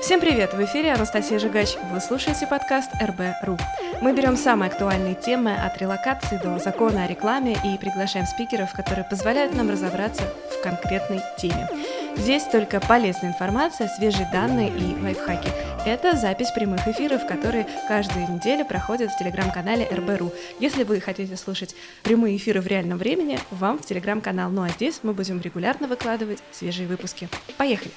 Всем привет! В эфире Анастасия Жигач. Вы слушаете подкаст РБ.ру. Мы берем самые актуальные темы от релокации до закона о рекламе и приглашаем спикеров, которые позволяют нам разобраться в конкретной теме. Здесь только полезная информация, свежие данные и лайфхаки. Это запись прямых эфиров, которые каждую неделю проходят в телеграм-канале РБ.ру. Если вы хотите слушать прямые эфиры в реальном времени, вам в телеграм-канал. Ну а здесь мы будем регулярно выкладывать свежие выпуски. Поехали!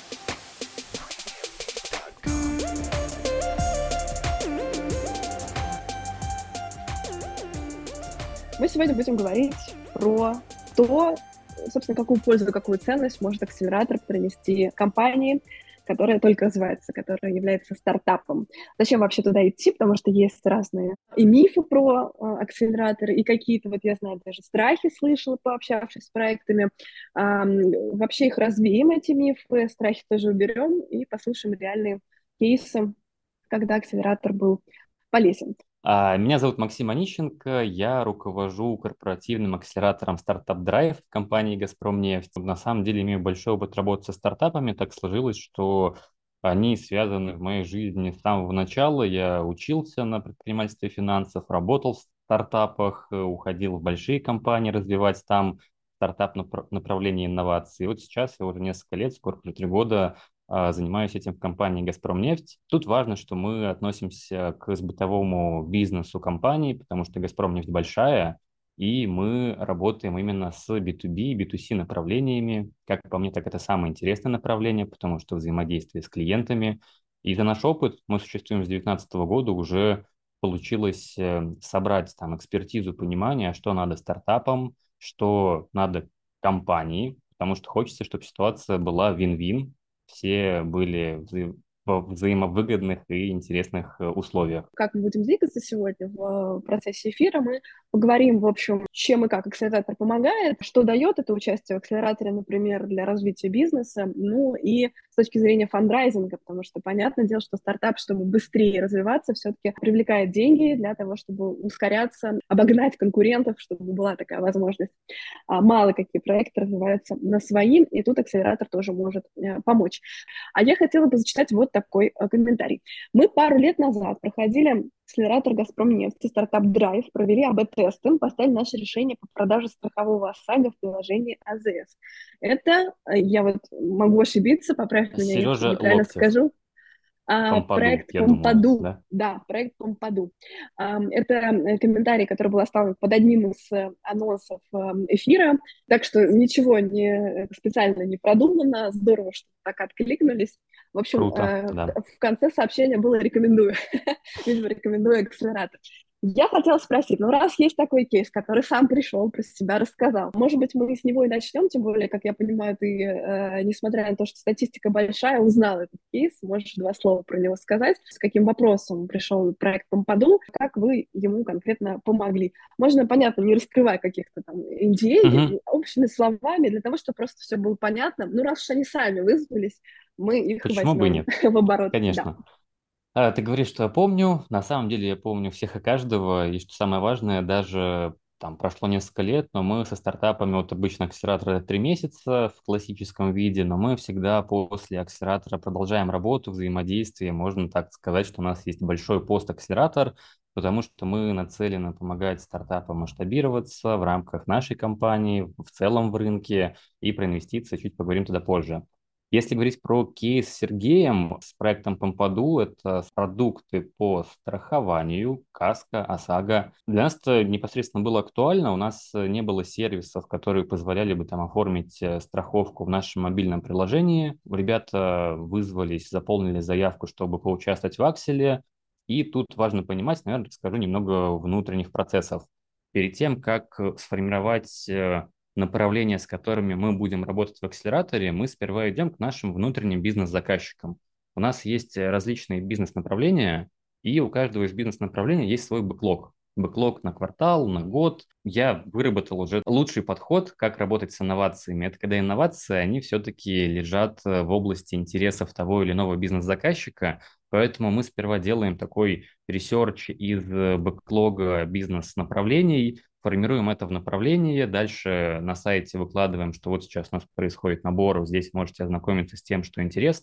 Мы сегодня будем говорить про то, собственно, какую пользу, какую ценность может акселератор принести компании, которая только развивается, которая является стартапом. Зачем вообще туда идти? Потому что есть разные и мифы про акселераторы, и какие-то, вот я знаю, даже страхи слышала, пообщавшись с проектами. Вообще их развеем, эти мифы, страхи тоже уберем и послушаем реальные кейсы, когда акселератор был полезен. Меня зовут Максим Онищенко, я руковожу корпоративным акселератором Startup Drive в компании «Газпромнефть». На самом деле имею большой опыт работы со стартапами. Так сложилось, что они связаны в моей жизни с самого начала. Я учился на предпринимательстве финансов, работал в стартапах, уходил в большие компании развивать там стартап направление инноваций. И вот сейчас я уже несколько лет, скоро 3 года, занимаюсь этим в компании «Газпромнефть». Тут важно, что мы относимся к бытовому бизнесу компании, потому что «Газпромнефть» большая, и мы работаем именно с B2B и B2C направлениями. Как по мне, так это самое интересное направление, потому что взаимодействие с клиентами. И за наш опыт, мы существуем с 2019 года, уже получилось собрать там экспертизу, понимание, что надо стартапам, что надо компании, потому что хочется, чтобы ситуация была вин-вин, все были во взаимовыгодных и интересных условиях. Как мы будем двигаться сегодня в процессе эфира, мы поговорим, в общем, чем и как акселератор помогает, что дает это участие в акселераторе, например, для развития бизнеса, ну и с точки зрения фандрайзинга, потому что понятное дело, что стартап, чтобы быстрее развиваться, все-таки привлекает деньги для того, чтобы ускоряться, обогнать конкурентов, чтобы была такая возможность. Мало какие проекты развиваются на свои, и тут акселератор тоже может помочь. А я хотела бы зачитать вот такой комментарий. Мы пару лет назад проходили акселератор «Газпромнефти», стартап Drive, провели АБ-тесты, поставили наше решение по продаже страхового ОСАГО в приложении АЗС. Это, я вот могу ошибиться, поправь меня, если Сережа неправильно Локтев, скажу, Помпаду, проект я думаю, Помпаду. да? Да, проект Помпаду. Это комментарий, который был оставлен под одним из анонсов эфира, так что ничего не специально не продумано, здорово, что так откликнулись. В общем, Круто, да. в конце сообщения было «рекомендую». Видимо, рекомендую акселератор. Я хотела спросить, ну раз есть такой кейс, который сам пришел, про себя рассказал, может быть, мы с него и начнем, тем более, как я понимаю, ты, несмотря на то, что статистика большая, узнал этот кейс, можешь 2 слова про него сказать, с каким вопросом пришел проект Помпаду, как вы ему конкретно помогли. Можно, понятно, не раскрывая каких-то там NDA, общими словами, для того, чтобы просто все было понятно. Ну, раз уж они сами вызвались, мы их Почему бы и возьмем нет? в оборот. Да. Конечно. Ты говоришь, что я помню. На самом деле я помню всех и каждого. И что самое важное, даже там прошло несколько лет, но мы со стартапами, вот обычно акселератор это 3 месяца в классическом виде, но мы всегда после акселератора продолжаем работу, взаимодействие. Можно так сказать, что у нас есть большой пост-акселератор, потому что мы нацелены помогать стартапам масштабироваться в рамках нашей компании, в целом в рынке, и про инвестиции чуть поговорим туда позже. Если говорить про кейс с Сергеем, с проектом Помпаду, это продукты по страхованию, каска, ОСАГО. Для нас это непосредственно было актуально. У нас не было сервисов, которые позволяли бы там оформить страховку в нашем мобильном приложении. Ребята вызвались, заполнили заявку, чтобы поучаствовать в акселе. И тут важно понимать, наверное, расскажу немного внутренних процессов. Перед тем, как сформировать направления, с которыми мы будем работать в акселераторе, мы сперва идем к нашим внутренним бизнес-заказчикам. У нас есть различные бизнес-направления, и у каждого из бизнес-направлений есть свой бэклог. Бэклог на квартал, на год. Я выработал уже лучший подход, как работать с инновациями. Это когда инновации, они все-таки лежат в области интересов того или иного бизнес-заказчика, поэтому мы сперва делаем такой ресерч из бэклога бизнес-направлений, формируем это в направление, дальше на сайте выкладываем, что вот сейчас у нас происходит набор, здесь можете ознакомиться с тем, что интересно,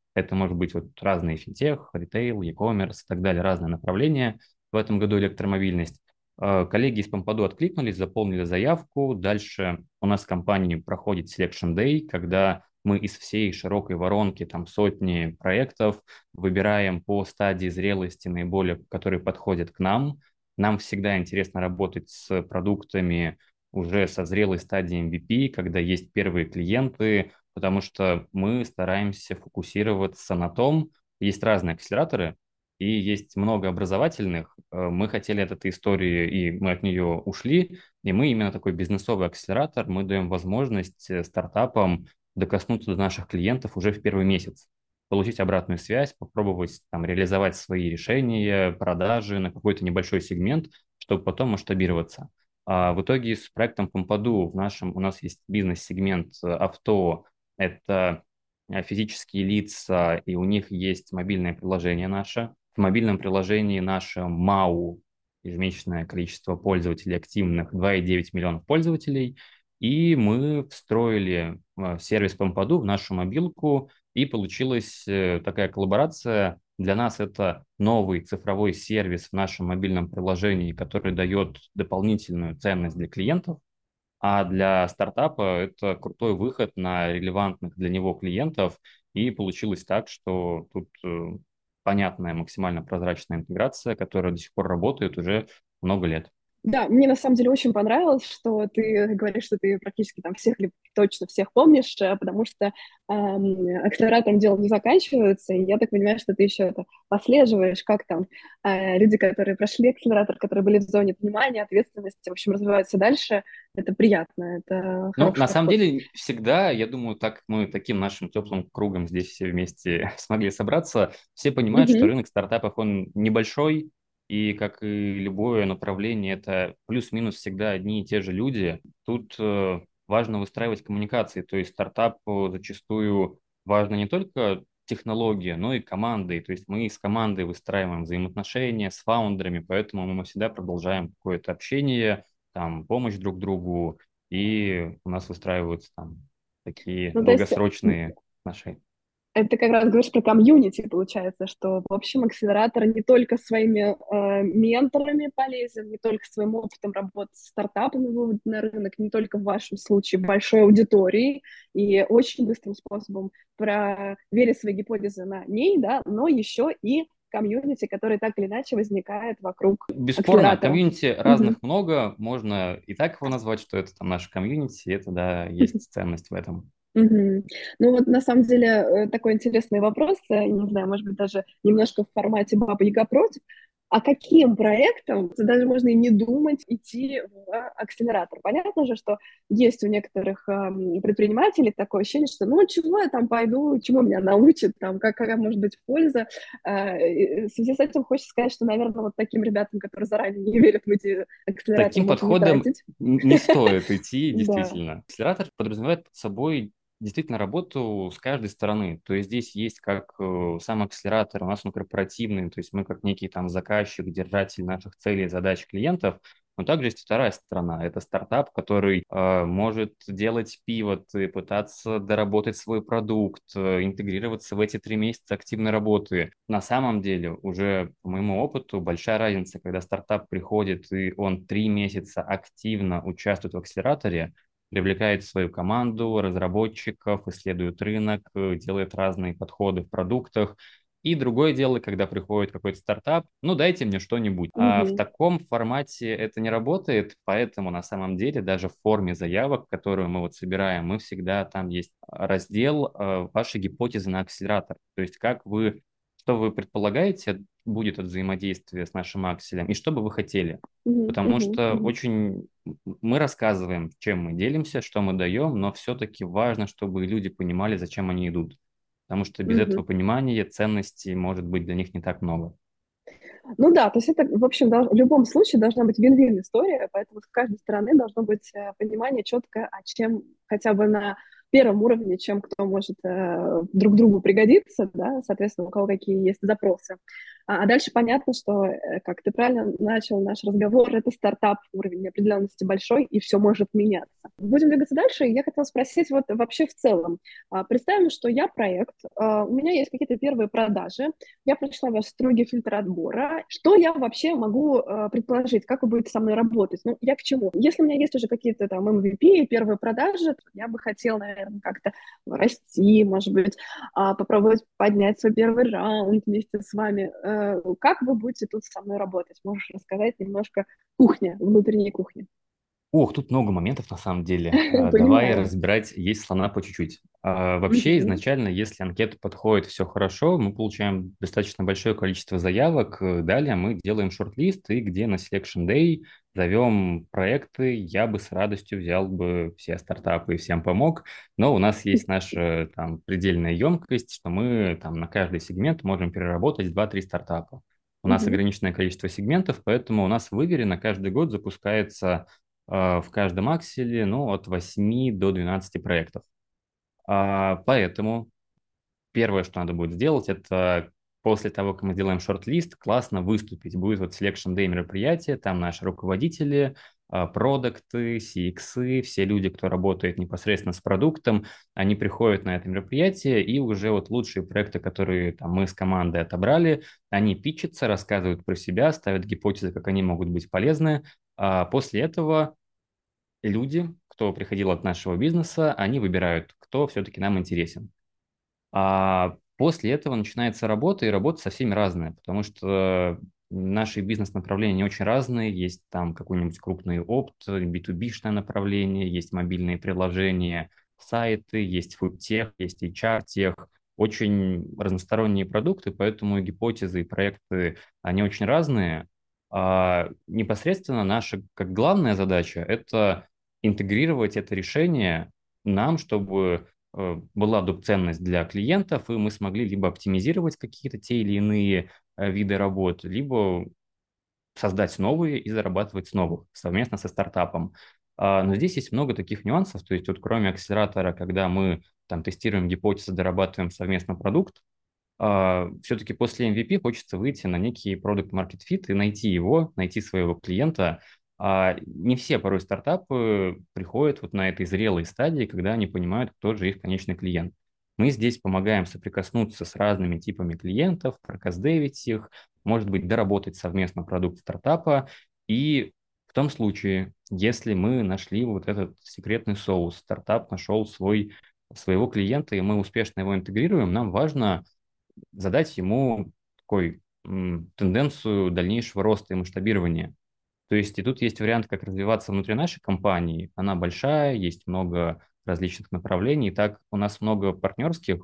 Это может быть вот разные финтех, ритейл, e-commerce и так далее, разные направления. В этом году электромобильность. Коллеги из Помпаду откликнулись, заполнили заявку. Дальше у нас в компании проходит Selection Day, когда мы из всей широкой воронки, там сотни проектов, выбираем по стадии зрелости наиболее, которые подходят к нам. Нам всегда интересно работать с продуктами уже со зрелой стадии MVP, когда есть первые клиенты, потому что мы стараемся фокусироваться на том, есть разные акселераторы, и есть много образовательных. Мы хотели от этой истории, и мы от нее ушли, и мы именно такой бизнесовый акселератор, мы даем возможность стартапам докоснуться до наших клиентов уже в первый месяц, получить обратную связь, попробовать там реализовать свои решения, продажи на какой-то небольшой сегмент, чтобы потом масштабироваться. В итоге с проектом Помпаду у нас есть бизнес-сегмент авто, это физические лица, и у них есть мобильное приложение наше. В мобильном приложении наше МАУ, ежемесячное количество пользователей активных, 2,9 миллионов пользователей, и мы встроили сервис Помпаду в нашу мобилку, и получилась такая коллаборация. Для нас это новый цифровой сервис в нашем мобильном приложении, который дает дополнительную ценность для клиентов, а для стартапа это крутой выход на релевантных для него клиентов. И получилось так, что тут понятная, максимально прозрачная интеграция, которая до сих пор работает уже много лет. Да, мне на самом деле очень понравилось, что ты говоришь, что ты практически там всех или точно всех помнишь, потому что акселератором дело не заканчивается, и я так понимаю, что ты еще это послеживаешь, как там люди, которые прошли акселератор, которые были в зоне внимания, ответственности, в общем, развиваются дальше. Это приятно, это Ну, хороший на самом подход. деле, всегда, я думаю, так мы таким нашим теплым кругом здесь все вместе смогли собраться. Все понимают, что Мгм. рынок стартапов, он небольшой, и, как и любое направление, это плюс-минус всегда одни и те же люди. Тут важно выстраивать коммуникации, то есть стартапу зачастую важно не только технология, но и командой. То есть мы с командой выстраиваем взаимоотношения с фаундерами, поэтому мы всегда продолжаем какое-то общение, там, помощь друг другу, и у нас выстраиваются там такие Ну, то есть долгосрочные отношения. это как раз говоришь про комьюнити, получается, что, в общем, акселератор не только своими менторами полезен, не только своим опытом работы с стартапами вывода на рынок, не только в вашем случае большой аудиторией и очень быстрым способом проверить свои гипотезы на ней, да, но еще и комьюнити, который так или иначе возникает вокруг Бесспорно, акселератора. комьюнити Мгм. разных много, можно и так его назвать, что это там наше комьюнити, и это, да, есть ценность в этом. Мгм. Ну вот на самом деле такой интересный вопрос, не знаю, может быть, даже немножко в формате «Баба Яга против». А каким проектом, даже можно и не думать, идти в акселератор? Понятно же, что есть у некоторых предпринимателей такое ощущение, что ну чего я там пойду, чему меня научат, там, какая может быть польза. И в связи с этим хочется сказать, что, наверное, вот таким ребятам, которые заранее не верят в эти С акселераторы, таким лучше не подходом тратить. не стоит идти, Да. действительно. Акселератор подразумевает под собой действительно работу с каждой стороны. То есть здесь есть как сам акселератор, у нас он корпоративный, то есть мы как некий там заказчик, держатель наших целей, задач клиентов, но также есть вторая сторона. Это стартап, который может делать пивоты, пытаться доработать свой продукт, интегрироваться в эти 3 месяца активной работы. На самом деле, уже по моему опыту, большая разница, когда стартап приходит и он 3 месяца активно участвует в акселераторе, привлекает свою команду разработчиков, исследует рынок, делает разные подходы в продуктах. И другое дело, когда приходит какой-то стартап, ну дайте мне что-нибудь. А в Мгм. таком формате это не работает, поэтому на самом деле даже в форме заявок, которую мы вот собираем, мы всегда там есть раздел ваши гипотезы на акселератор. То есть как вы, что вы предполагаете будет от взаимодействия с нашим акселем и что бы вы хотели. Мгм. Потому Мгм. что Мгм. очень мы рассказываем, чем мы делимся, что мы даем, но все-таки важно, чтобы люди понимали, зачем они идут. Потому что без этого Мгм. понимания ценностей может быть для них не так много. Ну да, то есть это, в общем, в любом случае должна быть вин-вин история, поэтому с каждой стороны должно быть понимание четкое, а чем хотя бы на первом уровне, чем кто может друг другу пригодиться, да, соответственно, у кого какие есть запросы. А дальше понятно, что, как ты правильно начал наш разговор, это стартап, уровень неопределенности большой, и все может меняться. Будем двигаться дальше. Я хотела спросить вот вообще в целом. Представим, что я проект, у меня есть какие-то первые продажи, я прошла ваш строгий фильтр отбора. Что я вообще могу предположить, как вы будете со мной работать? Ну, я к чему? Если у меня есть уже какие-то там MVP, первые продажи, то я бы хотела, наверное, как-то расти, может быть, попробовать поднять свой первый раунд вместе с вами. Как вы будете тут со мной работать? Можешь рассказать немножко кухня, внутренней кухни? Ох, тут много моментов на самом деле. Давай Понимаю. разбирать, есть слона по чуть-чуть. Вообще, Мгм. изначально, если анкета подходит, все хорошо, мы получаем достаточно большое количество заявок. Далее мы делаем шорт-лист, и где на Selection Day зовем проекты. Я бы с радостью взял бы все стартапы и всем помог, но у нас есть наша там предельная емкость, что мы там на каждый сегмент можем переработать два-три стартапа. У нас Мгм. ограниченное количество сегментов, поэтому у нас выверено каждый год запускается в каждом акселе, ну, от 8 до 12 проектов. Поэтому первое, что надо будет сделать, это после того, как мы сделаем шорт-лист, классно выступить. Будет вот Selection Day мероприятие, там наши руководители, продукты, CX, все люди, кто работает непосредственно с продуктом, они приходят на это мероприятие, и уже вот лучшие проекты, которые там, мы с командой отобрали, они питчатся, рассказывают про себя, ставят гипотезы, как они могут быть полезны. После этого люди, кто приходил от нашего бизнеса, они выбирают, кто все-таки нам интересен. После этого начинается работа, и работа со всеми разная, потому что наши бизнес-направления очень разные. Есть там какой-нибудь крупный опт, B2B-шное направление, есть мобильные приложения, сайты, есть фудтех, есть HR-тех. Очень разносторонние продукты, поэтому гипотезы и проекты, они очень разные. Непосредственно наша как главная задача – это интегрировать это решение нам, чтобы была доп. Ценность для клиентов, и мы смогли либо оптимизировать какие-то те или иные виды работ, либо создать новые и зарабатывать с новых совместно со стартапом. Но здесь есть много таких нюансов, то есть вот кроме акселератора, когда мы там тестируем гипотезы, дорабатываем совместно продукт, все-таки после MVP хочется выйти на некий product market fit и найти его, найти своего клиента. Не все порой стартапы приходят вот на этой зрелой стадии, когда они понимают, кто же их конечный клиент. Мы здесь помогаем соприкоснуться с разными типами клиентов, проказдевить их, может быть, доработать совместно продукт стартапа. И в том случае, если мы нашли вот этот секретный соус, стартап нашел своего клиента, и мы успешно его интегрируем, нам важно задать ему такой тенденцию дальнейшего роста и масштабирования. То есть и тут есть вариант, как развиваться внутри нашей компании. Она большая, есть много различных направлений. И так у нас много партнерских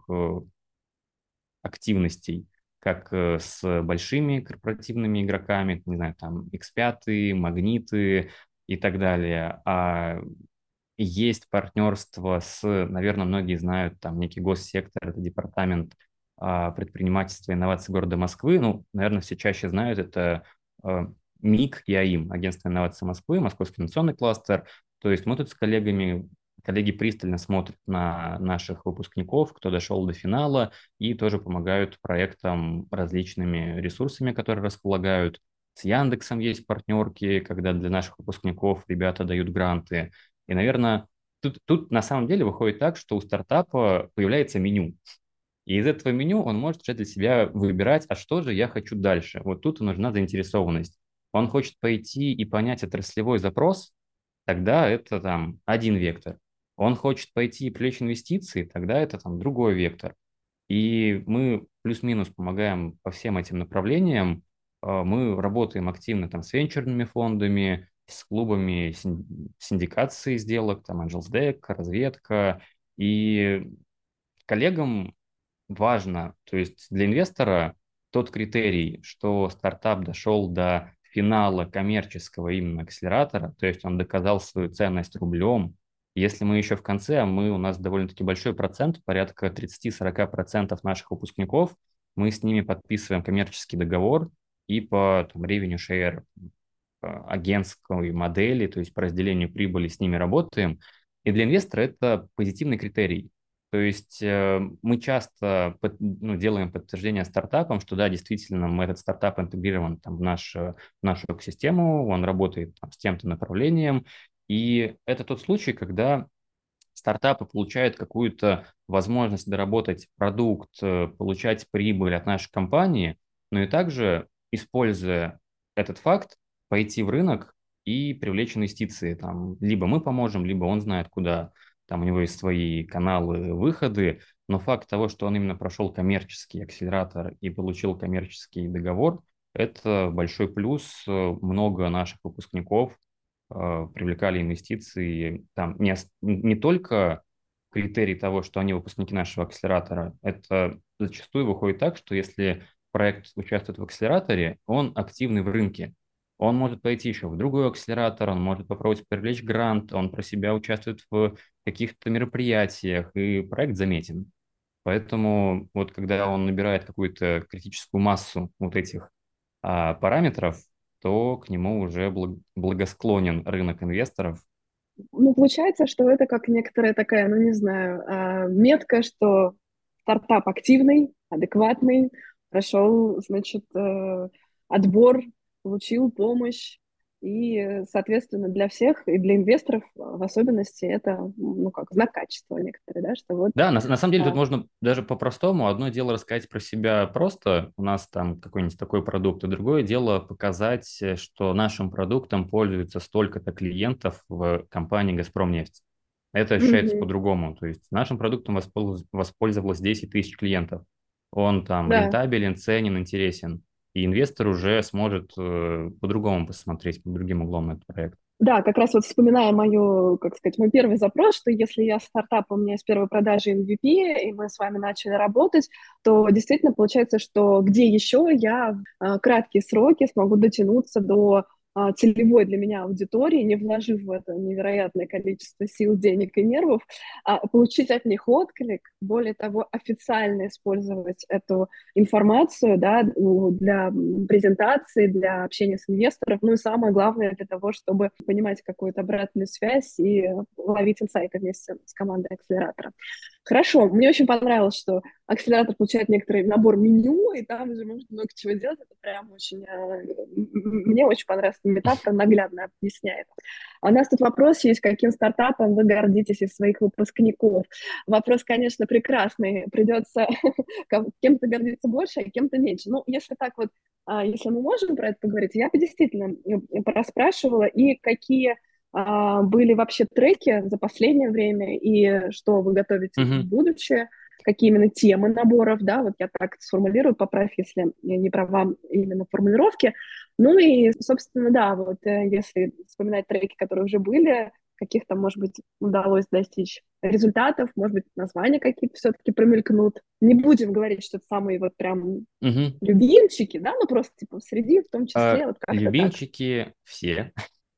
активностей, как с большими корпоративными игроками, не знаю, там X5, Магниты и так далее. Есть партнерство с, наверное, многие знают, там некий госсектор, это департамент предпринимательства и инноваций города Москвы. Ну, наверное, все чаще знают, это МИК и АИМ, Агентство инноваций Москвы, Московский инновационный кластер. То есть мы тут с коллеги пристально смотрят на наших выпускников, кто дошел до финала, и тоже помогают проектам различными ресурсами, которые располагают. С Яндексом есть партнерки, когда для наших выпускников ребята дают гранты. И, наверное, тут на самом деле выходит так, что у стартапа появляется меню. И из этого меню он может уже для себя выбирать, а что же я хочу дальше. Вот тут и нужна заинтересованность. Он хочет пойти и понять отраслевой запрос, тогда это там один вектор. Он хочет пойти и привлечь инвестиции, тогда это там другой вектор. И мы плюс-минус помогаем по всем этим направлениям. Мы работаем активно там с венчурными фондами, с клубами синдикации сделок, там Angels Deck, разведка. И коллегам важно, то есть для инвестора тот критерий, что стартап дошел до финала коммерческого именно акселератора, то есть он доказал свою ценность рублем. Если мы еще в конце, у нас довольно-таки большой процент, порядка 30-40% наших выпускников, мы с ними подписываем коммерческий договор и по там, revenue share агентской модели, то есть по разделению прибыли с ними работаем. И для инвестора это позитивный критерий. То есть мы часто делаем подтверждение стартапам, что да, действительно, мы этот стартап интегрирован там, в нашу экосистему, он работает там, с тем-то направлением. И это тот случай, когда стартапы получают какую-то возможность доработать продукт, получать прибыль от нашей компании, но и также, используя этот факт, пойти в рынок и привлечь инвестиции. Там, либо мы поможем, либо он знает, куда. Там у него есть свои каналы, выходы. Но факт того, что он именно прошел коммерческий акселератор и получил коммерческий договор, это большой плюс. Много наших выпускников привлекали инвестиции. Там не только критерий того, что они выпускники нашего акселератора, это зачастую выходит так, что если проект участвует в акселераторе, он активный в рынке. Он может пойти еще в другой акселератор, он может попробовать привлечь грант, он про себя участвует в каких-то мероприятиях, и проект заметен. Поэтому вот когда он набирает какую-то критическую массу вот этих параметров, то к нему уже благосклонен рынок инвесторов. Ну, получается, что это как некоторая такая, ну, не знаю, метка, что стартап активный, адекватный, прошел, значит, отбор, получил помощь, и, соответственно, для всех, и для инвесторов в особенности, это, ну, как знак качества некоторые, да, что вот... Да, на самом деле тут а, можно даже по-простому. Одно дело рассказать про себя просто, у нас там какой-нибудь такой продукт, и другое дело показать, что нашим продуктом пользуется столько-то клиентов в компании «Газпромнефть». Это ощущается мгм. по-другому. То есть нашим продуктом воспользовалось 10 тысяч клиентов. Он там Да, рентабелен, ценен, интересен. И инвестор уже сможет по-другому посмотреть, под другим углом на этот проект. да, как раз вот вспоминая мою, как сказать, мой первый запрос, что если я стартап, у меня есть первой продажи MVP, и мы с вами начали работать, то действительно получается, что где еще я в краткие сроки смогу дотянуться до целевой для меня аудитории, не вложив в это невероятное количество сил, денег и нервов, получить от них отклик, более того, официально использовать эту информацию, да, для презентации, для общения с инвестором, ну и самое главное для того, чтобы понимать какую-то обратную связь и ловить инсайты вместе с командой акселератора. Хорошо, мне очень понравилось, что акселератор получает некоторый набор меню, и там уже можно много чего делать. Это прям очень... Мне очень понравилась эта метафора, наглядно объясняет. А у нас тут вопрос есть, каким стартапом вы гордитесь из своих выпускников. Вопрос, конечно, прекрасный. Придется кем-то гордиться больше, а кем-то меньше. Ну, если так вот, если мы можем про это поговорить, я бы действительно проспрашивала, и какие были вообще треки за последнее время, и что вы готовите в Мгм. будущее, какие именно темы наборов, да, вот я так сформулирую, поправь, если я не права именно в формулировке. Ну и, собственно, да, вот если вспоминать треки, которые уже были, каких-то, может быть, удалось достичь результатов, может быть, названия какие-то все-таки промелькнут. Не будем говорить, что это самые вот прям Мгм. любимчики, да, ну просто типа среди, в том числе, вот как-то так. Любимчики все.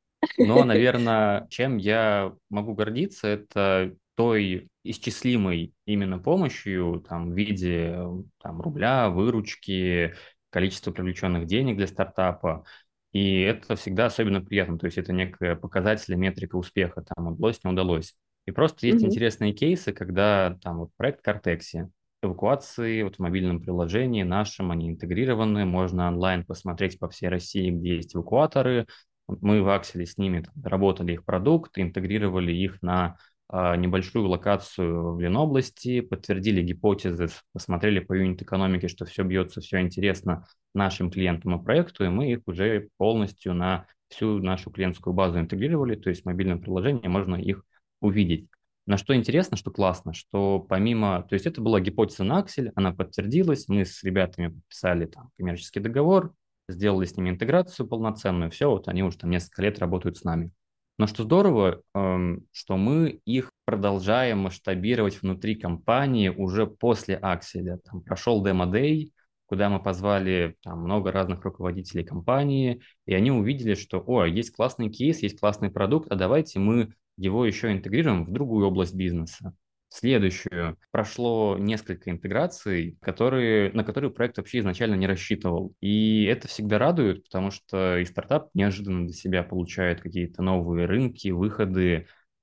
Но, наверное, чем я могу гордиться, это той исчислимой именно помощью там, в виде там, рубля, выручки, количества привлеченных денег для стартапа. И это всегда особенно приятно. То есть это некая показатель, метрика успеха. Там удалось, не удалось. И просто есть Мгм. интересные кейсы, когда там вот проект Картекси, эвакуации вот в мобильном приложении нашем, они интегрированы, можно онлайн посмотреть по всей России, где есть эвакуаторы, мы в Акселе с ними там доработали их продукт, интегрировали их на небольшую локацию в Ленобласти, подтвердили гипотезы, посмотрели по юнит-экономике, что все бьется, все интересно нашим клиентам и проекту, и мы их уже полностью на всю нашу клиентскую базу интегрировали, то есть в мобильном приложении можно их увидеть. На что интересно, что классно, что помимо, то есть это была гипотеза на Аксель, она подтвердилась, мы с ребятами подписали там коммерческий договор, сделали с ними интеграцию полноценную, все, вот они уже там несколько лет работают с нами. Но что здорово, что мы их продолжаем масштабировать внутри компании уже после Акселя. Там прошел демо-дэй, куда мы позвали там, много разных руководителей компании, и они увидели, что, о, есть классный кейс, есть классный продукт, а давайте мы его еще интегрируем в другую область бизнеса. Следующую. Прошло несколько интеграций, на которые проект вообще изначально не рассчитывал. И это всегда радует, потому что и стартап неожиданно для себя получает какие-то новые рынки, выходы.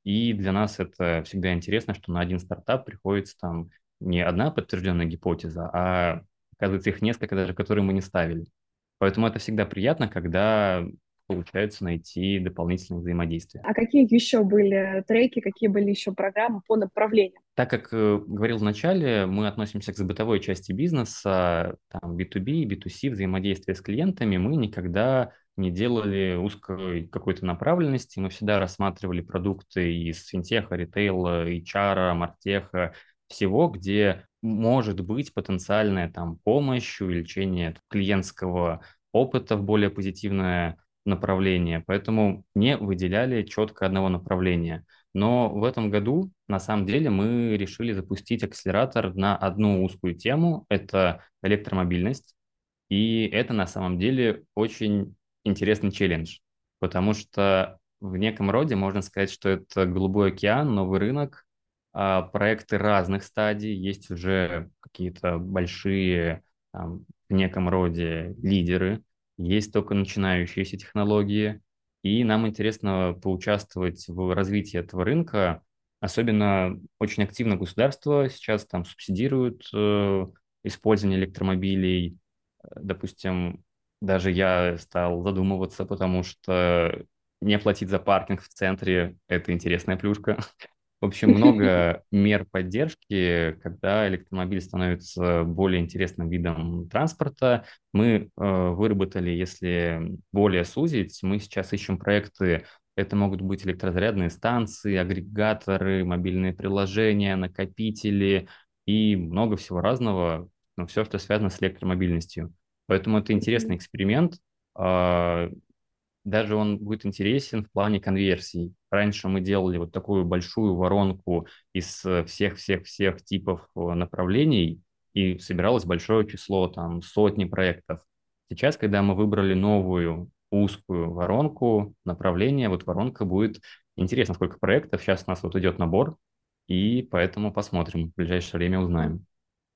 И для нас это всегда интересно, что на один стартап приходится там не одна подтвержденная гипотеза, а оказывается их несколько даже, которые мы не ставили. Поэтому это всегда приятно, когда получается найти дополнительные взаимодействия. А какие еще были треки, какие были еще программы по направлениям? Так как говорил в начале, мы относимся к бытовой части бизнеса, там B2B, B2C, взаимодействие с клиентами, мы никогда не делали узкой какой-то направленности, мы всегда рассматривали продукты из финтеха, ритейла, HR, мартеха, всего, где может быть потенциальная там помощь, увеличение клиентского опыта в более позитивное направление, поэтому не выделяли четко одного направления. Но в этом году, на самом деле, мы решили запустить акселератор на одну узкую тему– это электромобильность. И это на самом деле очень интересный челлендж, потому что в неком роде можно сказать, что это голубой океан, новый рынок, проекты разных стадий, есть уже какие-то большие там, в неком роде лидеры, есть только начинающиеся технологии, и нам интересно поучаствовать в развитии этого рынка. Особенно очень активно государство сейчас там субсидирует использование электромобилей. Допустим, даже я стал задумываться, потому что не платить за паркинг в центре– это интересная плюшка. В общем, много мер поддержки, когда электромобиль становится более интересным видом транспорта. Мы выработали, если более сузить, мы сейчас ищем проекты, это могут быть электрозарядные станции, агрегаторы, мобильные приложения, накопители и много всего разного, но все, что связано с электромобильностью. Поэтому это интересный эксперимент. А, Даже он будет интересен в плане конверсий. Раньше мы делали вот такую большую воронку из всех-всех-всех типов направлений, и собиралось большое число, там, сотни проектов. Сейчас, когда мы выбрали новую узкую воронку, направление, вот воронка будет интересно, сколько проектов. Сейчас у нас вот идет набор, и поэтому посмотрим, в ближайшее время узнаем.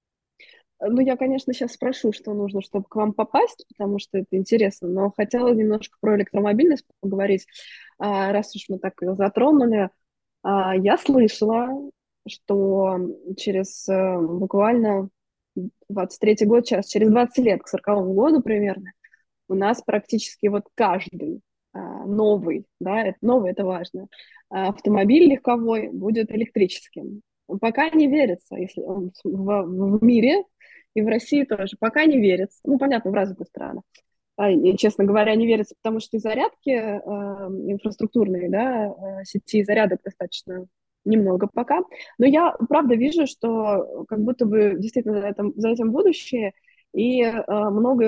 Ну, я, конечно, сейчас спрошу, что нужно, чтобы к вам попасть, потому что это интересно, но хотела немножко про электромобильность поговорить, раз уж мы так ее затронули. Я слышала, что через буквально 23-й год, сейчас через 20 лет, к 40-му году примерно, у нас практически вот каждый новый, да, это новый, это важно, автомобиль легковой будет электрическим. Пока не верится, если он в мире и в России тоже, пока не верится. Ну, понятно, в развитых странах. И, честно говоря, не верится, потому что и зарядки инфраструктурные, да, сети зарядок достаточно немного пока. Но я, правда, вижу, что как будто бы действительно за этим будущее, и много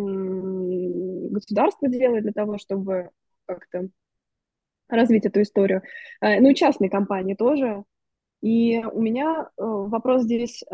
государство делает для того, чтобы как-то развить эту историю. Ну и частные компании тоже. И у меня вопрос здесь,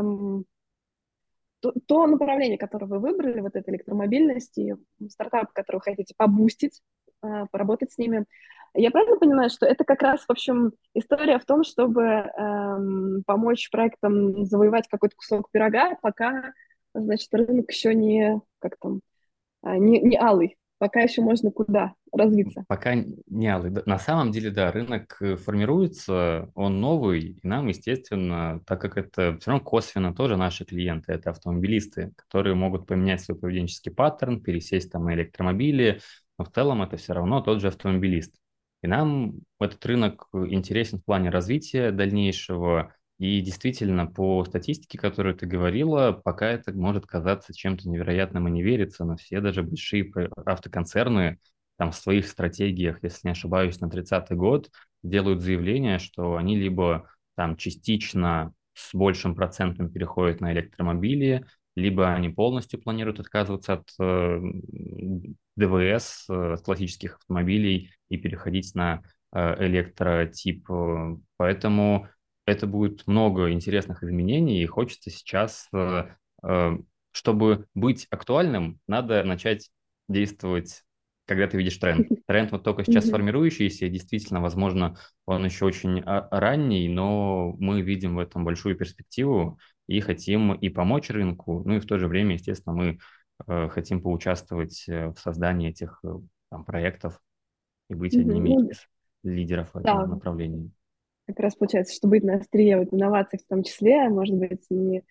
то направление, которое вы выбрали, вот эта электромобильность и стартап, который вы хотите побустить, поработать с ними, я правильно понимаю, что это как раз, в общем, история в том, чтобы помочь проектам завоевать какой-то кусок пирога, пока, значит, рынок еще не, как там, не алый, пока еще можно куда развиться. Пока не алый. На самом деле, да, рынок формируется, он новый, и нам, естественно, так как это все равно косвенно тоже наши клиенты, это автомобилисты, которые могут поменять свой поведенческий паттерн, пересесть там на электромобили, но в целом это все равно тот же автомобилист. И нам этот рынок интересен в плане развития дальнейшего, и действительно, по статистике, которую ты говорила, пока это может казаться чем-то невероятным и не верится, но все даже большие автоконцерны там в своих стратегиях, если не ошибаюсь, на 30-й год делают заявление, что они либо там частично с большим процентом переходят на электромобили, либо они полностью планируют отказываться от ДВС, классических автомобилей, и переходить на электротип. Поэтому это будет много интересных изменений, и хочется сейчас, чтобы быть актуальным, надо начать действовать, когда ты видишь тренд. Тренд вот только сейчас Мгм. формирующийся, и действительно, возможно, он еще очень ранний, но мы видим в этом большую перспективу и хотим и помочь рынку, ну и в то же время, естественно, мы хотим поучаствовать в создании этих там, проектов и быть Мгм. одними Ну, из лидеров в этом да, направлении. как раз получается, что быть на острие вот инноваций в том числе, может быть,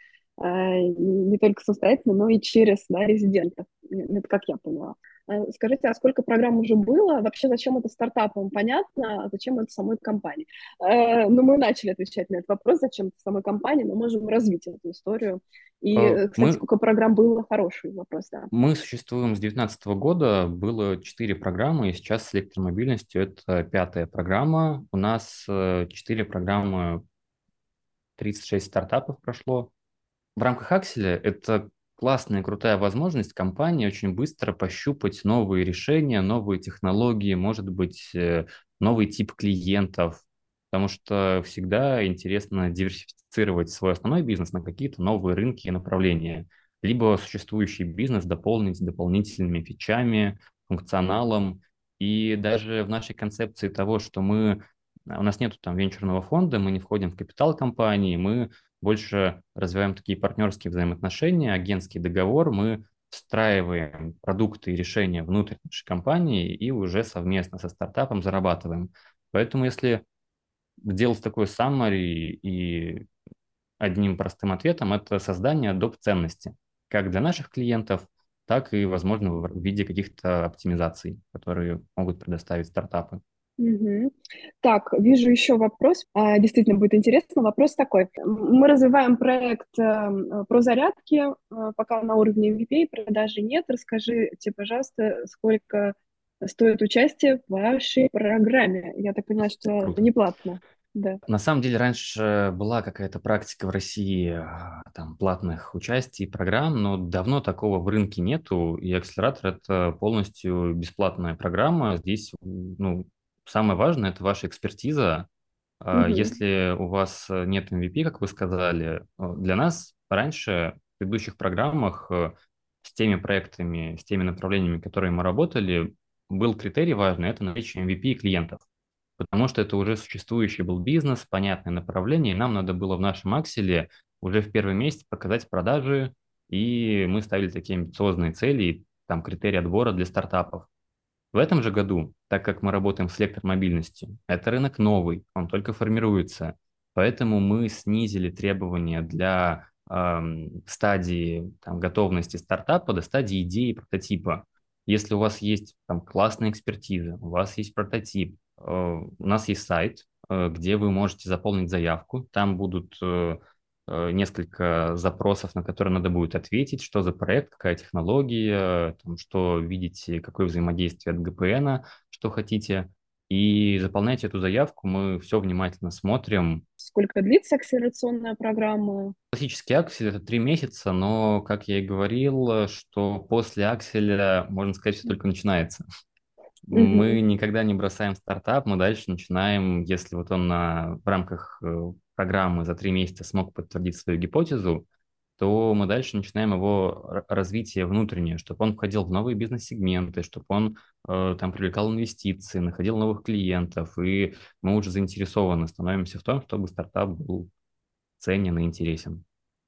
не только самостоятельно, но и через, да, резидентов. Это как я поняла. Скажите, а сколько программ уже было? Вообще, зачем это стартапам? Понятно, а зачем это самой компании? Ну, мы начали отвечать на этот вопрос, зачем это самой компании, но можем развить эту историю. И, кстати, Мы, сколько программ было? Хороший вопрос, да. мы существуем с 2019 года, было 4 программы, и сейчас с электромобильностью это пятая программа. У нас 4 программы, 36 стартапов прошло. В рамках Акселя это классная, крутая возможность компании очень быстро пощупать новые решения, новые технологии, может быть, новый тип клиентов, потому что всегда интересно диверсифицировать свой основной бизнес на какие-то новые рынки и направления, либо существующий бизнес дополнить дополнительными фичами, функционалом. И даже в нашей концепции того, что у нас нет там венчурного фонда, мы не входим в капитал компании, мы больше развиваем такие партнерские взаимоотношения, агентский договор, мы встраиваем продукты и решения внутрь нашей компании и уже совместно со стартапом зарабатываем. Поэтому если сделать такой summary и одним простым ответом, это создание доп. Ценности, как для наших клиентов, так и, возможно, в виде каких-то оптимизаций, которые могут предоставить стартапы. Мгм. Так, вижу еще вопрос. Действительно будет интересно. Вопрос такой. Мы развиваем проект про зарядки, пока на уровне MVP, продажи нет. Расскажите, пожалуйста, сколько стоит участие в вашей программе? Я так понимаю, что Круто. не платно. Да. На самом деле раньше была какая-то практика в России там, платных участий, программ, но давно такого в рынке нету, и акселератор – это полностью бесплатная программа. Здесь ну, самое важное – это ваша экспертиза. Мгм. Если у вас нет MVP, как вы сказали, для нас раньше в предыдущих программах с теми проектами, с теми направлениями, которые мы работали, был критерий важный – это наличие MVP клиентов. Потому что это уже существующий был бизнес, понятное направление, и нам надо было в нашем акселе уже в первый месяц показать продажи, и мы ставили такие амбициозные цели, и там критерии отбора для стартапов. В этом же году, так как мы работаем с электромобильностью, это рынок новый, он только формируется, поэтому мы снизили требования для стадии там, готовности стартапа до стадии идеи и прототипа. Если у вас есть там классная экспертиза, у вас есть прототип, у нас есть сайт, где вы можете заполнить заявку, там будут несколько запросов, на которые надо будет ответить, что за проект, какая технология, там, что видите, какое взаимодействие от GPN, что хотите. И заполняйте эту заявку, мы все внимательно смотрим. Сколько длится акселерационная программа? Классический аксель – это 3 месяца, но, как я и говорил, что после акселя, можно сказать, все только начинается. Мы Мгм. никогда не бросаем стартап, мы дальше начинаем, если вот он в рамках программы за 3 месяца смог подтвердить свою гипотезу, то мы дальше начинаем его развитие внутреннее, чтобы он входил в новые бизнес-сегменты, чтобы он там привлекал инвестиции, находил новых клиентов, и мы уже заинтересованы становимся в том, чтобы стартап был ценен и интересен.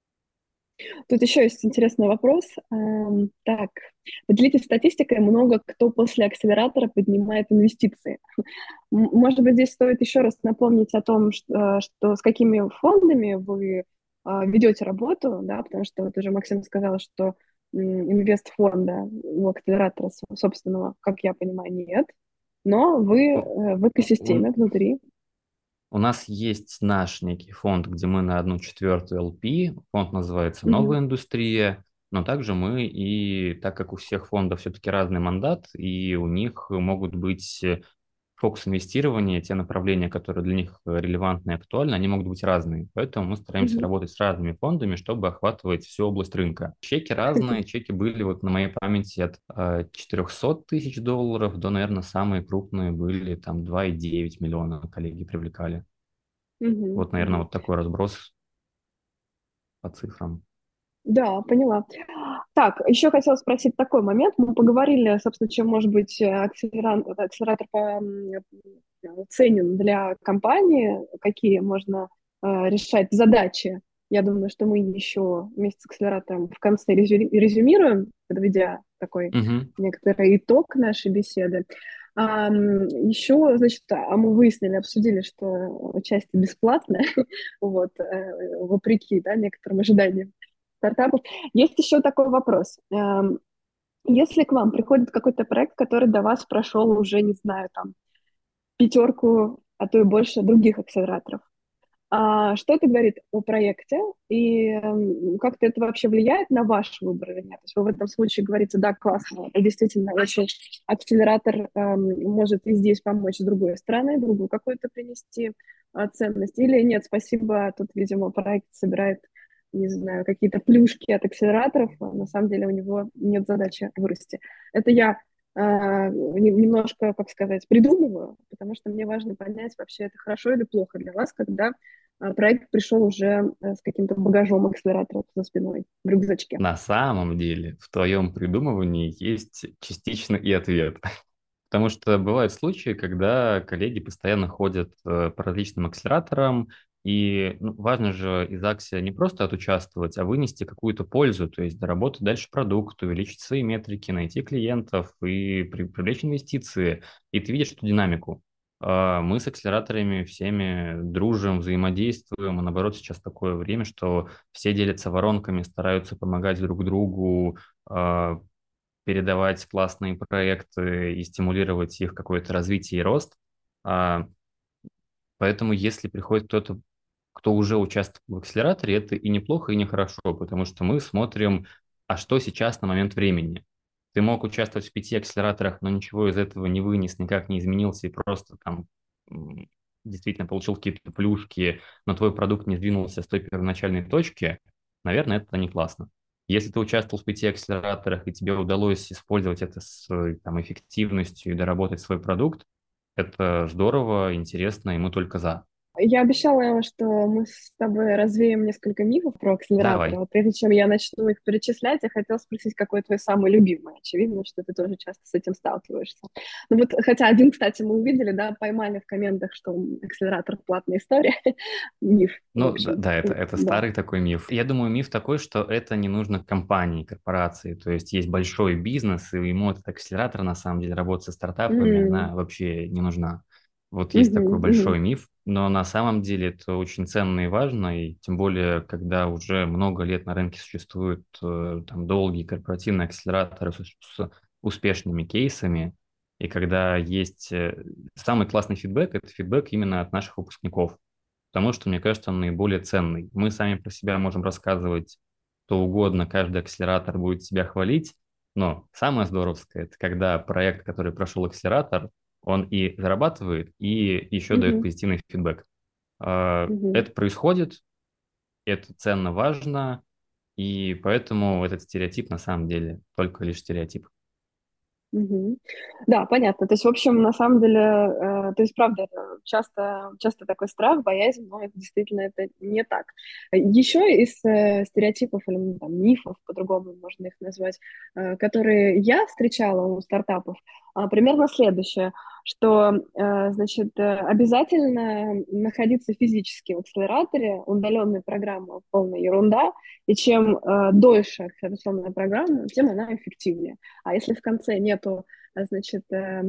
Тут еще есть интересный вопрос. Так, поделитесь статистикой, много кто после акселератора поднимает инвестиции. Может быть, здесь стоит еще раз напомнить о том, что с какими фондами вы ведете работу, да, потому что вот уже Максим сказал, что инвестфонда у акселератора собственного, как я понимаю, нет, но вы в У, экосистеме внутри. У нас есть наш некий фонд, где мы на 1/4 LP, фонд называется Мгм. «Новая индустрия», но также мы и, так как у всех фондов все-таки разный мандат, и у них могут быть фокус инвестирования, те направления, которые для них релевантны и актуальны, они могут быть разные. Поэтому мы стараемся Мгм. работать с разными фондами, чтобы охватывать всю область рынка. Чеки разные, чеки были вот на моей памяти от 400 тысяч долларов до, наверное, самые крупные были там 2,9 миллиона коллеги привлекали. Мгм. Вот, наверное, Мгм. вот такой разброс по цифрам. Да, поняла. Так, еще хотела спросить такой момент. Мы поговорили, собственно, чем может быть акселератор ценен для компании, какие можно решать задачи. Я думаю, что мы еще вместе с акселератором в конце резюмируем, подведя такой Мгм. некоторый итог нашей беседы. Еще, значит, мы выяснили, обсудили, что участие бесплатное, вот, вопреки, да, некоторым ожиданиям стартапов. Есть еще такой вопрос. Если к вам приходит какой-то проект, который до вас прошел уже, не знаю, там, пятерку, а то и больше других акселераторов, что это говорит о проекте и как-то это вообще влияет на ваш выбор или нет? То есть вы в этом случае говорите, да, классно, это действительно очень акселератор может и здесь помочь с другой стороны, другую какую-то принести ценность, или нет, спасибо, тут, видимо, проект собирает, не знаю, какие-то плюшки от акселераторов, а на самом деле у него нет задачи вырасти. Это я немножко, как сказать, придумываю, потому что мне важно понять, вообще это хорошо или плохо для вас, когда проект пришел уже с каким-то багажом акселераторов за спиной в рюкзачке. На самом деле в твоем придумывании есть частично и ответ. Потому что бывают случаи, когда коллеги постоянно ходят по различным акселераторам, и важно же из Аксия не просто отучаствовать, а вынести какую-то пользу, то есть доработать дальше продукт, увеличить свои метрики, найти клиентов и привлечь инвестиции. И ты видишь эту динамику. Мы с акселераторами всеми дружим, взаимодействуем, а наоборот сейчас такое время, что все делятся воронками, стараются помогать друг другу, передавать классные проекты и стимулировать их какое-то развитие и рост. А, Поэтому если приходит кто-то, кто уже участвует в акселераторе, это и неплохо, и нехорошо, потому что мы смотрим, а что сейчас на момент времени. Ты мог участвовать в 5 акселераторах, но ничего из этого не вынес, никак не изменился и просто там действительно получил какие-то плюшки, но твой продукт не сдвинулся с той первоначальной точки, наверное, это не классно. Если ты участвовал в 5 акселераторах и тебе удалось использовать это с там, эффективностью и доработать свой продукт, это здорово, интересно, и мы только за. Я обещала, что мы с тобой развеем несколько мифов про акселераторы. Давай. Вот прежде чем я начну их перечислять, я хотела спросить, какой твой самый любимый. Очевидно, что ты тоже часто с этим сталкиваешься. Ну вот, хотя один, кстати, мы увидели, да, поймали в комментах, что акселератор — платная история. Миф, в Ну, да, общем. да, это Да. старый такой миф. Я думаю, миф такой, что это не нужно компании, корпорации. То есть есть большой бизнес, и ему этот акселератор, на самом деле, работа со стартапами, М, она вообще не нужна. Вот есть мгм, такой мгм, большой миф, но на самом деле это очень ценно и важно, и тем более, когда уже много лет на рынке существуют там долгие корпоративные акселераторы с успешными кейсами, и когда есть самый классный фидбэк, это фидбэк именно от наших выпускников. Потому что, мне кажется, он наиболее ценный. Мы сами про себя можем рассказывать что угодно, каждый акселератор будет себя хвалить, но самое здоровское — это когда проект, который прошел акселератор, он и зарабатывает, и еще дает мгм, позитивный фидбэк. мгм. Это происходит, это ценно, важно, и поэтому этот стереотип на самом деле только лишь стереотип. Мгм. Да, понятно. То есть, в общем, на самом деле, то есть, правда, это часто такой страх, боязнь, но это действительно это не так. Еще из стереотипов или там, мифов, по-другому можно их назвать, которые я встречала у стартапов, примерно следующее, что, значит, обязательно находиться физически в акселераторе, удаленная программа полная ерунда, и чем дольше акселерационная программа, тем она эффективнее. А если в конце нету, значит,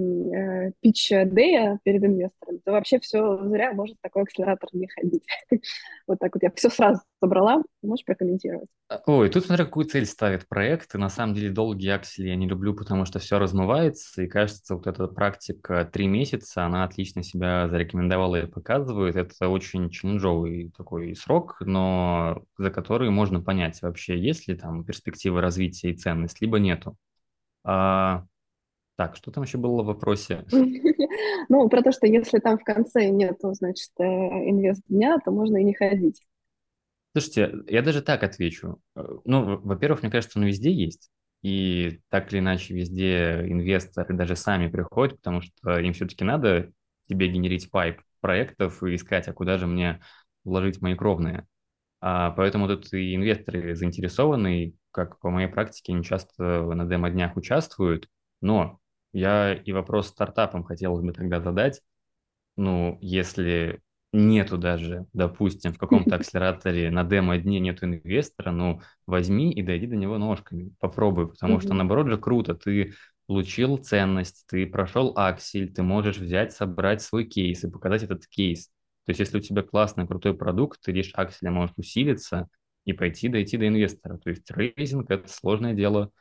питч-дея перед инвестором, то вообще все зря, может такой акселератор не ходить. Вот так вот я все сразу собрала. Можешь прокомментировать? Ой, тут смотря какую цель ставит проект. И на самом деле долгие аксели я не люблю, потому что все размывается. И кажется, вот эта практика 3 месяца, она отлично себя зарекомендовала и показывает. Это очень челленджовый такой срок, но за который можно понять вообще, есть ли там перспективы развития и ценность, либо нету. А, так, что там еще было в вопросе? Ну, про то, что если там в конце нету, значит, инвест дня, то можно и не ходить. Слушайте, я даже так отвечу. Ну, во-первых, мне кажется, он везде есть. И так или иначе везде инвесторы даже сами приходят, потому что им все-таки надо тебе генерить пайп проектов и искать, а куда же мне вложить мои кровные. Поэтому тут и инвесторы заинтересованы, и, как по моей практике, они часто на демо-днях участвуют. Но я и вопрос стартапам хотелось бы тогда задать. Ну, если нету даже, допустим, в каком-то акселераторе на демо-дне нету инвестора, ну, возьми и дойди до него ножками, попробуй, потому что, Мгм. наоборот же, круто, ты получил ценность, ты прошел аксель, ты можешь взять, собрать свой кейс и показать этот кейс. То есть, если у тебя классный, крутой продукт, ты лишь акселем можешь усилиться и дойти до инвестора. То есть, рейзинг– это сложное дело.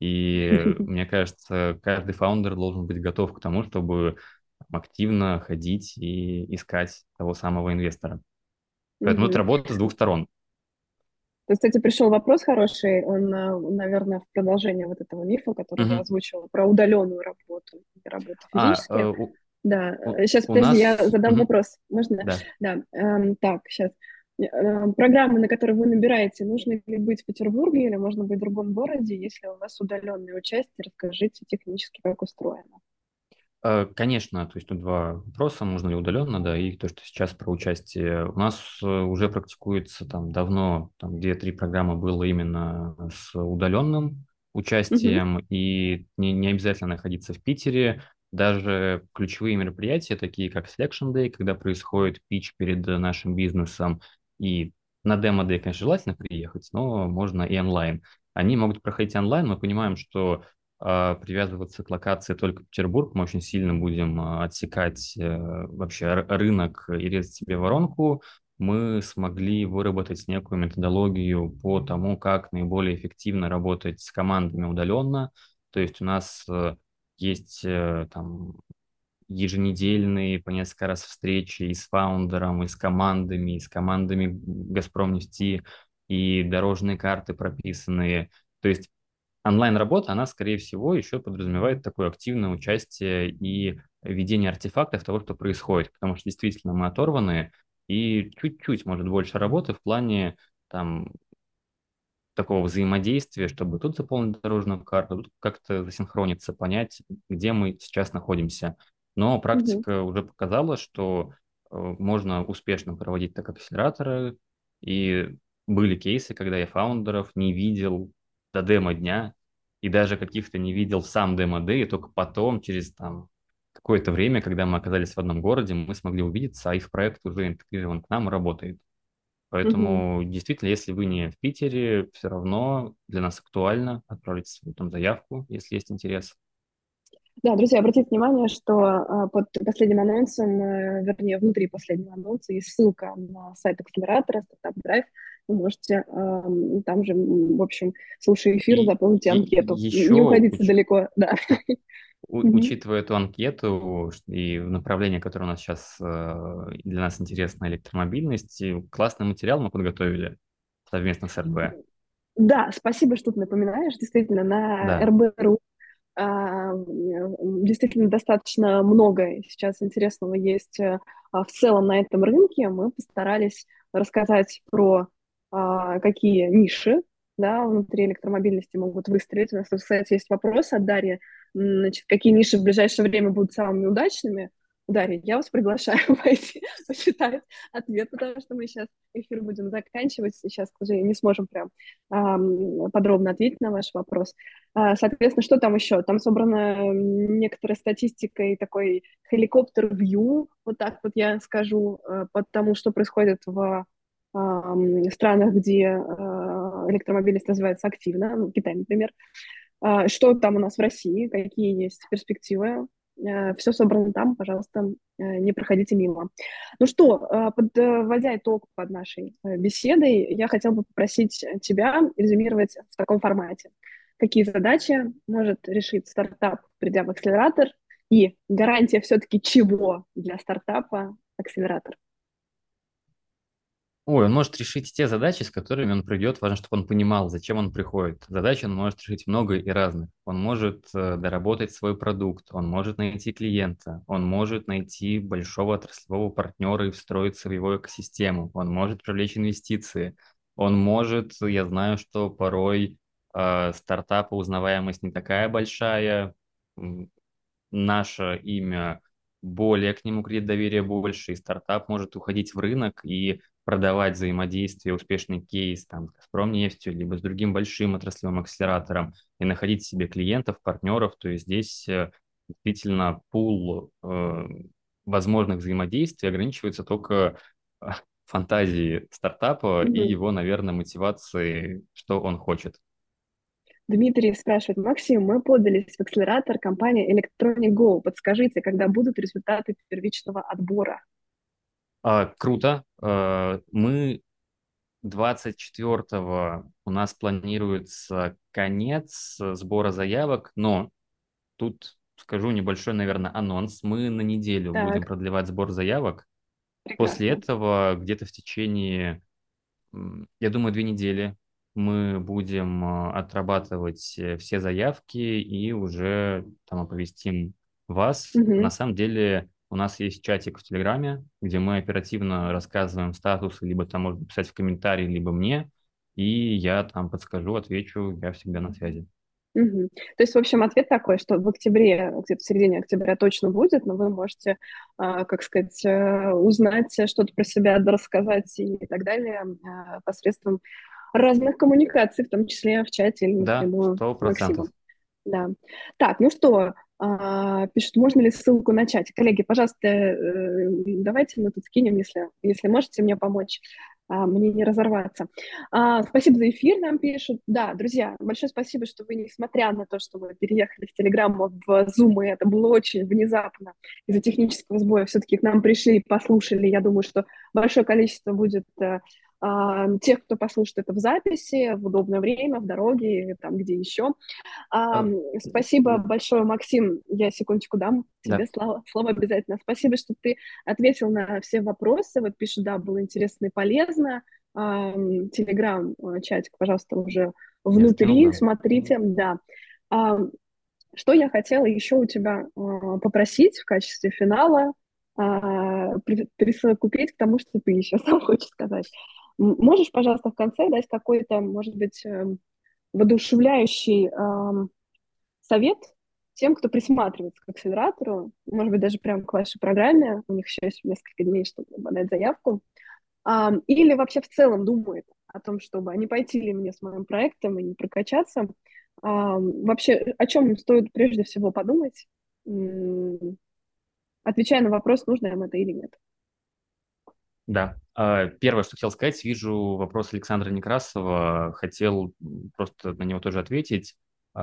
И мне кажется, каждый фаундер должен быть готов к тому, чтобы активно ходить и искать того самого инвестора. Поэтому это Мгм. работа с двух сторон. То, кстати, пришел вопрос хороший, он, наверное, в продолжение вот этого мифа, который я Мгм. озвучила, про удаленную работу, работу А, физически. Да, сейчас, у подожди, я нас... задам Мгм. вопрос. Можно? Да. Да, так, сейчас. Программы, на которые вы набираете, нужно ли быть в Петербурге или можно быть в другом городе, если у вас удаленное участие, расскажите технически, как устроено. Конечно, то есть тут два вопроса, можно ли удаленно, да, и то, что сейчас про участие. У нас уже практикуется там давно, там 2-3 программы было именно с удаленным Мгм. участием, и не обязательно находиться в Питере. Даже ключевые мероприятия, такие как Selection Day, когда происходит пич перед нашим бизнесом, и на демо-дэй, конечно, желательно приехать, но можно и онлайн. Они могут проходить онлайн, мы понимаем, что привязываться к локации только Петербург, мы очень сильно будем отсекать вообще рынок и резать себе воронку. Мы смогли выработать некую методологию по тому, как наиболее эффективно работать с командами удаленно. То есть у нас есть там еженедельные по несколько раз встречи и с фаундером, и с командами «Газпромнефти», и дорожные карты прописанные. То есть онлайн-работа, она, скорее всего, еще подразумевает такое активное участие и ведение артефактов того, что происходит, потому что действительно мы оторваны, и чуть-чуть, может, больше работы в плане там такого взаимодействия, чтобы тут заполнить дорожную карту, тут как-то засинхрониться, понять, где мы сейчас находимся. Но Мгм. практика уже показала, что можно успешно проводить так акселераторы, и были кейсы, когда я фаундеров не видел до демо-дня, и даже каких-то не видел в сам демо-дэй, и только потом, через там какое-то время, когда мы оказались в одном городе, мы смогли увидеться, а их проект уже интегрирован к нам и работает. Мгм. Поэтому действительно, если вы не в Питере, все равно для нас актуально отправить свою там заявку, если есть интерес. Да, друзья, обратите внимание, что под последним анонсом, вернее, внутри последнего анонса есть ссылка на сайт акселератора, стартап Драйв. Вы можете там же, в общем, слушая эфир, И, заполните анкету. Не еще, уходите далеко, да. Мгм. учитывая эту анкету и направление, которое у нас сейчас для нас интересно, электромобильность, классный материал мы подготовили совместно с РБ. Да, спасибо, что ты напоминаешь. Действительно, на Да. РБ.ру действительно достаточно много сейчас интересного есть в целом на этом рынке. Мы постарались рассказать про какие ниши, да, внутри электромобильности могут выстрелить. У нас тут, кстати, есть вопрос от Дарьи. Значит, какие ниши в ближайшее время будут самыми удачными? Дарья, я вас приглашаю пойти почитать ответ, потому что мы сейчас эфир будем заканчивать. Сейчас, к сожалению, не сможем прям подробно ответить на ваш вопрос. Соответственно, что там еще? Там собрана некоторая статистика и такой helicopter-view, вот так вот я скажу, по тому, что происходит в странах, где электромобильность развивается активно, ну, Китай, например. Что там у нас в России, какие есть перспективы. Все собрано там, пожалуйста, не проходите мимо. Ну что, подводя итог под нашей беседой, я хотела бы попросить тебя резюмировать в таком формате. Какие задачи может решить стартап, придя в акселератор, и гарантия все-таки чего для стартапа акселератор? Ой, он может решить те задачи, с которыми он придет. Важно, чтобы он понимал, зачем он приходит. Задач он может решить много и разных. Он может доработать свой продукт, он может найти клиента, он может найти большого отраслевого партнера и встроиться в его экосистему, он может привлечь инвестиции, он может, я знаю, что порой стартапа узнаваемость не такая большая, наше имя более к нему кредит доверия больше, и стартап может уходить в рынок и продавать взаимодействие, успешный кейс там, с Газпромнефтью, либо с другим большим отраслевым акселератором и находить себе клиентов, партнеров. То есть здесь действительно пул возможных взаимодействий ограничивается только фантазией стартапа и Мгм. его, наверное, мотивацией, что он хочет. Дмитрий спрашивает: Максим, мы подались в акселератор компании Electronic Go. Подскажите, когда будут результаты первичного отбора? Круто. Мы 24-го у нас планируется конец сбора заявок, но тут скажу небольшой, наверное, анонс. Мы на неделю будем Так, продлевать сбор заявок. После прекрасно. этого где-то в течение, я думаю, 2 недели мы будем отрабатывать все заявки и уже там оповестим вас. На Мгм. самом деле у нас есть чатик в Телеграме, где мы оперативно рассказываем статусы, либо там можно писать в комментарии, либо мне, и я там подскажу, отвечу, я всегда на связи. Мгм. То есть, в общем, ответ такой, что в октябре, где-то в середине октября точно будет, но вы можете, как сказать, узнать что-то про себя, рассказать и так далее посредством разных коммуникаций, в том числе в чате или Да, напрямую сто с Максимом. процентов. Да. Так, ну что, пишут, можно ли ссылку на чате? Коллеги, пожалуйста, давайте мы тут скинем, если можете мне помочь, мне не разорваться. Спасибо за эфир, нам пишут. Да, друзья, большое спасибо, что вы, несмотря на то, что мы переехали с Телеграма в Zoom, и это было очень внезапно из-за технического сбоя, все-таки к нам пришли и послушали. Я думаю, что большое количество будет тех, кто послушает это в записи, в удобное время, в дороге, там, где еще. Э, Спасибо большое, Максим. Я секундочку дам тебе Да. слово обязательно. Спасибо, что ты ответил на все вопросы. Вот пишут, да, было интересно и полезно. Телеграм-чатик, пожалуйста, уже Я скинул, внутри, да. смотрите, да. Что я хотела еще у тебя попросить в качестве финала, присовокупить к тому, что ты еще сам хочешь сказать. Можешь, пожалуйста, в конце дать какой-то, может быть, воодушевляющий совет тем, кто присматривается к акселератору, может быть, даже прямо к вашей программе, у них еще есть несколько дней, чтобы подать заявку, или вообще в целом думает о том, чтобы не пойти ли мне с моим проектом и не прокачаться. Вообще, о чем им стоит прежде всего подумать, отвечая на вопрос, нужно им это или нет. Да. Первое, что хотел сказать, вижу вопрос Александра Некрасова, хотел просто на него тоже ответить.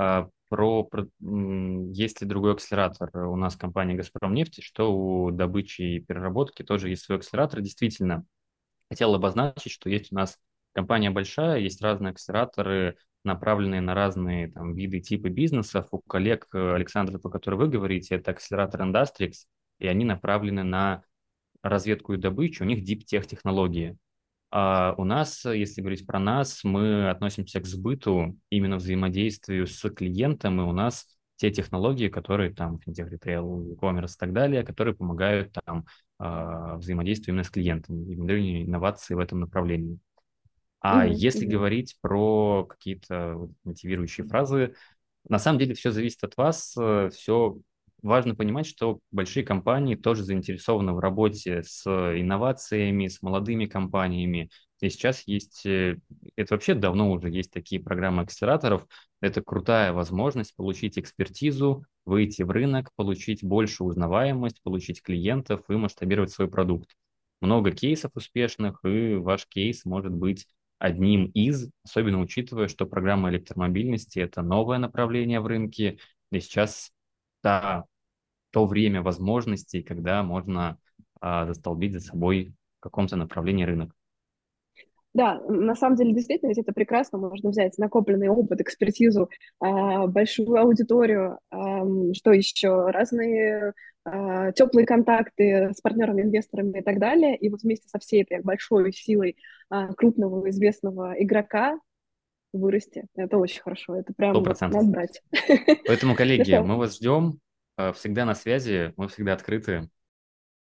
Есть ли другой акселератор? У нас компания «Газпромнефть», что у добычи и переработки тоже есть свой акселератор. Действительно, хотел обозначить, что есть у нас компания большая, есть разные акселераторы, направленные на разные там, виды, типы бизнесов. У коллег Александра, по которой вы говорите, это акселератор Industrix, и они направлены на разведку и добычу, у них deep tech технологии. А у нас, если говорить про нас, мы относимся к сбыту, именно взаимодействию с клиентом, и у нас те технологии, которые там, финтех, ритейл, e-commerce и так далее, которые помогают там взаимодействию именно с клиентом и внедрению инноваций в этом направлении. А Мгм, если мгм. говорить про какие-то мотивирующие фразы, на самом деле все зависит от вас. Все важно понимать, что большие компании тоже заинтересованы в работе с инновациями, с молодыми компаниями. И сейчас есть, это вообще давно уже есть такие программы акселераторов. Это крутая возможность получить экспертизу, выйти в рынок, получить большую узнаваемость, получить клиентов и масштабировать свой продукт. Много кейсов успешных, и ваш кейс может быть одним из, особенно учитывая, что программа электромобильности – это новое направление в рынке, и сейчас та, то время возможностей, когда можно застолбить за собой в каком-то направлении рынок. Да, на самом деле, действительно, ведь это прекрасно. Можно взять накопленный опыт, экспертизу, большую аудиторию, что еще, разные теплые контакты с партнерами, инвесторами и так далее. И вот вместе со всей этой большой силой крупного известного игрока вырасти. Это очень хорошо. Это Сто прям вот процентов. надо брать. Поэтому, Ну коллеги, что, мы вас ждем, всегда на связи, мы всегда открыты.